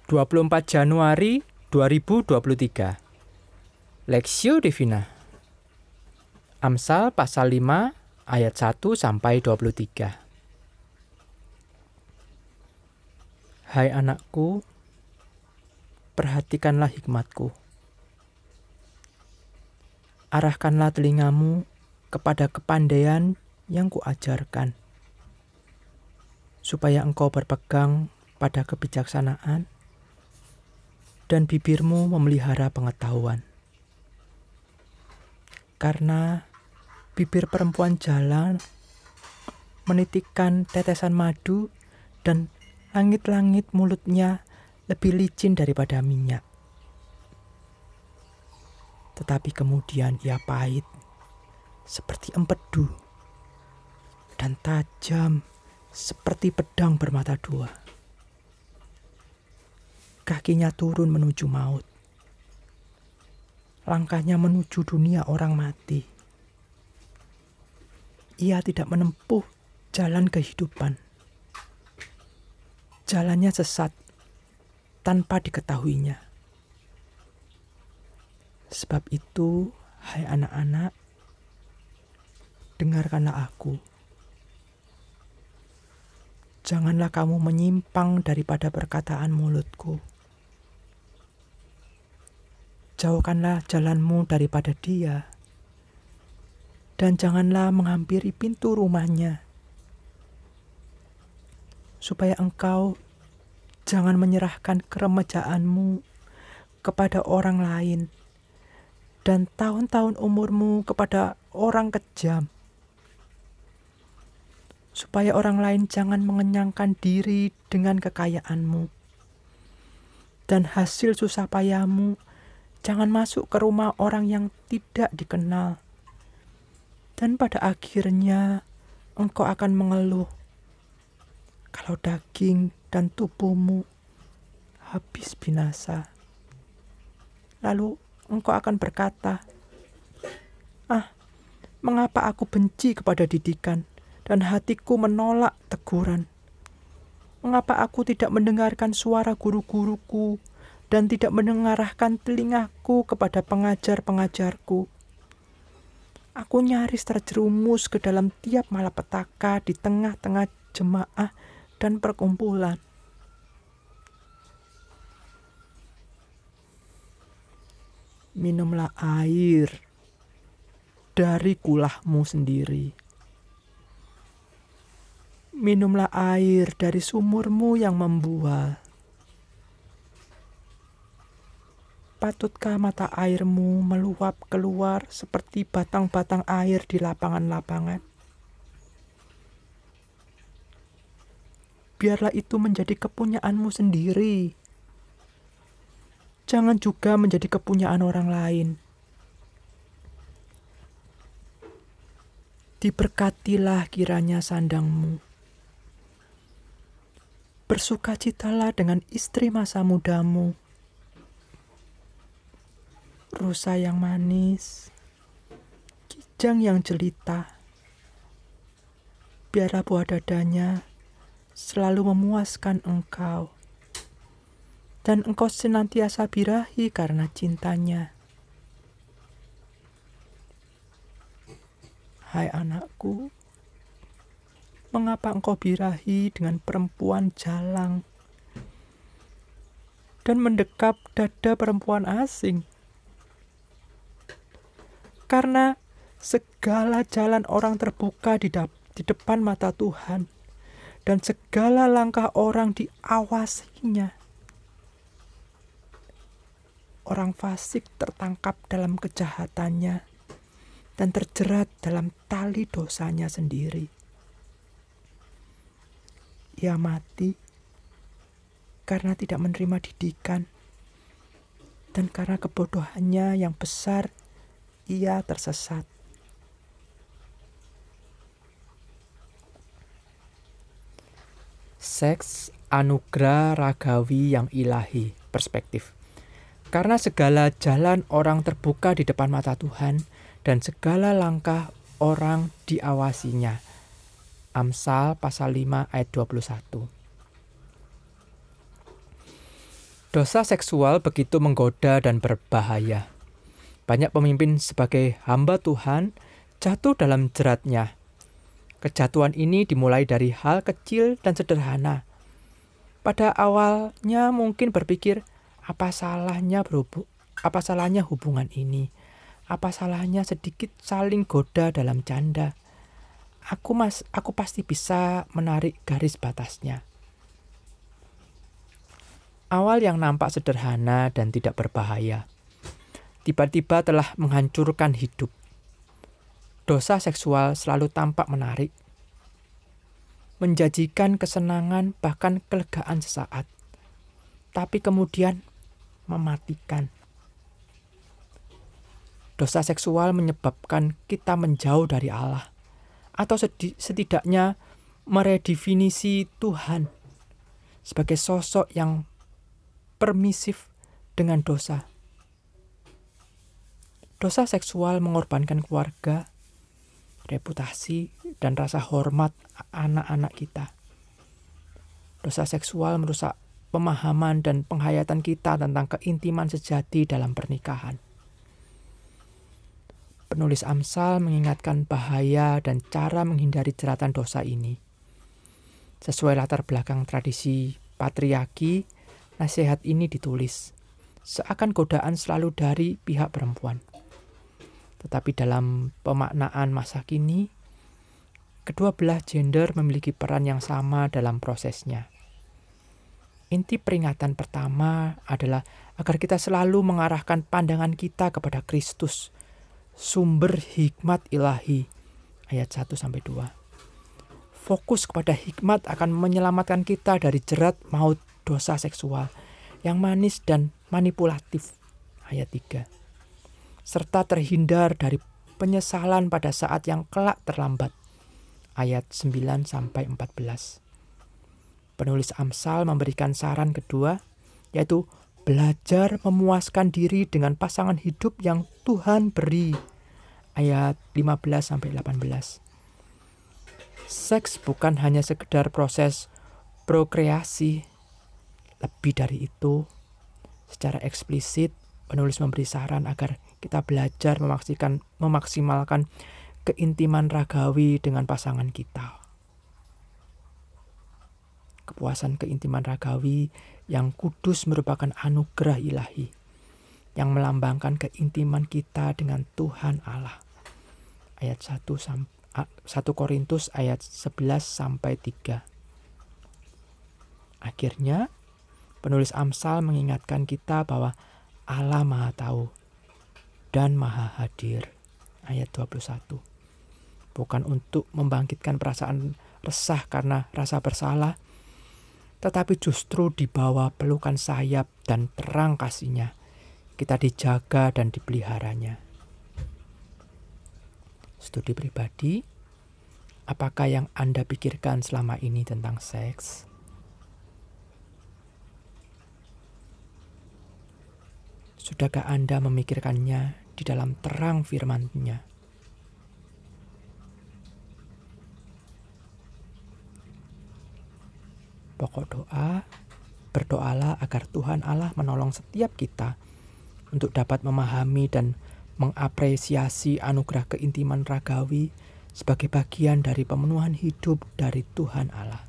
24 Januari 2023. Lexio Divina. Amsal pasal 5 ayat 1 sampai 23. Hai anakku, perhatikanlah hikmatku. Arahkanlah telingamu kepada kepandaian yang kuajarkan, supaya engkau berpegang pada kebijaksanaan dan bibirmu memelihara pengetahuan. Karena bibir perempuan jalan menitikkan tetesan madu dan langit-langit mulutnya lebih licin daripada minyak. Tetapi kemudian ia pahit seperti empedu dan tajam seperti pedang bermata dua. Kakinya turun menuju maut. Langkahnya menuju dunia orang mati. Ia tidak menempuh jalan kehidupan. Jalannya sesat tanpa diketahuinya. Sebab itu, hai anak-anak, dengarkanlah aku. Janganlah kamu menyimpang daripada perkataan mulutku. Jauhkanlah jalanmu daripada dia, dan janganlah menghampiri pintu rumahnya, supaya engkau jangan menyerahkan keremejaanmu kepada orang lain, dan tahun-tahun umurmu kepada orang kejam, supaya orang lain jangan mengenyangkan diri dengan kekayaanmu, dan hasil susah payahmu jangan masuk ke rumah orang yang tidak dikenal, dan pada akhirnya engkau akan mengeluh kalau daging dan tubuhmu habis binasa. Lalu engkau akan berkata, mengapa aku benci kepada didikan dan hatiku menolak teguran? Mengapa aku tidak mendengarkan suara guru-guruku dan tidak mendengarkan telingaku kepada pengajar-pengajarku? Aku nyaris terjerumus ke dalam tiap malapetaka di tengah-tengah jemaah dan perkumpulan. Minumlah air dari kulahmu sendiri. Minumlah air dari sumurmu yang membual. Patutkah mata airmu meluap keluar seperti batang-batang air di lapangan-lapangan? Biarlah itu menjadi kepunyaanmu sendiri. Jangan juga menjadi kepunyaan orang lain. Diberkatilah kiranya sandangmu. Bersukacitalah dengan istri masa mudamu. Rusa yang manis, kijang yang jelita. Biarlah buah dadanya selalu memuaskan engkau, dan engkau senantiasa birahi karena cintanya. Hai anakku, mengapa engkau birahi dengan perempuan jalang dan mendekap dada perempuan asing? Karena segala jalan orang terbuka di depan mata Tuhan, dan segala langkah orang diawasinya. Orang fasik tertangkap dalam kejahatannya dan terjerat dalam tali dosanya sendiri. Ia mati karena tidak menerima didikan, dan karena kebodohannya yang besar ia tersesat. Seks anugerah ragawi yang ilahi. Perspektif. Karena segala jalan orang terbuka di depan mata Tuhan, dan segala langkah orang diawasinya. Amsal pasal 5 ayat 21. Dosa seksual begitu menggoda dan berbahaya. Banyak pemimpin sebagai hamba Tuhan jatuh dalam jeratnya. Kejatuhan ini dimulai dari hal kecil dan sederhana. Pada awalnya mungkin berpikir, apa salahnya hubungan ini? Apa salahnya sedikit saling goda dalam canda? Aku pasti bisa menarik garis batasnya. Awal yang nampak sederhana dan tidak berbahaya, tiba-tiba telah menghancurkan hidup. Dosa seksual selalu tampak menarik, menjanjikan kesenangan bahkan kelegaan sesaat, tapi kemudian mematikan. Dosa seksual menyebabkan kita menjauh dari Allah, atau setidaknya meredefinisi Tuhan sebagai sosok yang permisif dengan dosa. Dosa seksual mengorbankan keluarga, reputasi, dan rasa hormat anak-anak kita. Dosa seksual merusak pemahaman dan penghayatan kita tentang keintiman sejati dalam pernikahan. Penulis Amsal mengingatkan bahaya dan cara menghindari jeratan dosa ini. Sesuai latar belakang tradisi patriarki, nasihat ini ditulis seakan godaan selalu dari pihak perempuan. Tetapi dalam pemaknaan masa kini, kedua belah gender memiliki peran yang sama dalam prosesnya. Inti peringatan pertama adalah agar kita selalu mengarahkan pandangan kita kepada Kristus, sumber hikmat ilahi, ayat 1-2. Fokus kepada hikmat akan menyelamatkan kita dari jerat maut dosa seksual yang manis dan manipulatif, ayat 3. Serta terhindar dari penyesalan pada saat yang kelak terlambat, ayat 9-14. Penulis Amsal memberikan saran kedua, yaitu belajar memuaskan diri dengan pasangan hidup yang Tuhan beri, ayat 15-18. Seks bukan hanya sekedar proses prokreasi. Lebih dari itu, secara eksplisit, penulis memberi saran agar kita belajar memaksimalkan keintiman ragawi dengan pasangan kita. Kepuasan keintiman ragawi yang kudus merupakan anugerah ilahi yang melambangkan keintiman kita dengan Tuhan Allah. Ayat 1 Korintus ayat 11-3. Akhirnya, penulis Amsal mengingatkan kita bahwa Allah Maha Tahu dan Maha Hadir, ayat 21. Bukan untuk membangkitkan perasaan resah karena rasa bersalah, tetapi justru di bawah pelukan sayap dan terang kasih-Nya, kita dijaga dan dipeliharanya. Studi pribadi, apakah yang Anda pikirkan selama ini tentang seks? Sudahkah Anda memikirkannya di dalam terang firman-Nya? Pokok doa, berdoalah agar Tuhan Allah menolong setiap kita untuk dapat memahami dan mengapresiasi anugerah keintiman ragawi sebagai bagian dari pemenuhan hidup dari Tuhan Allah.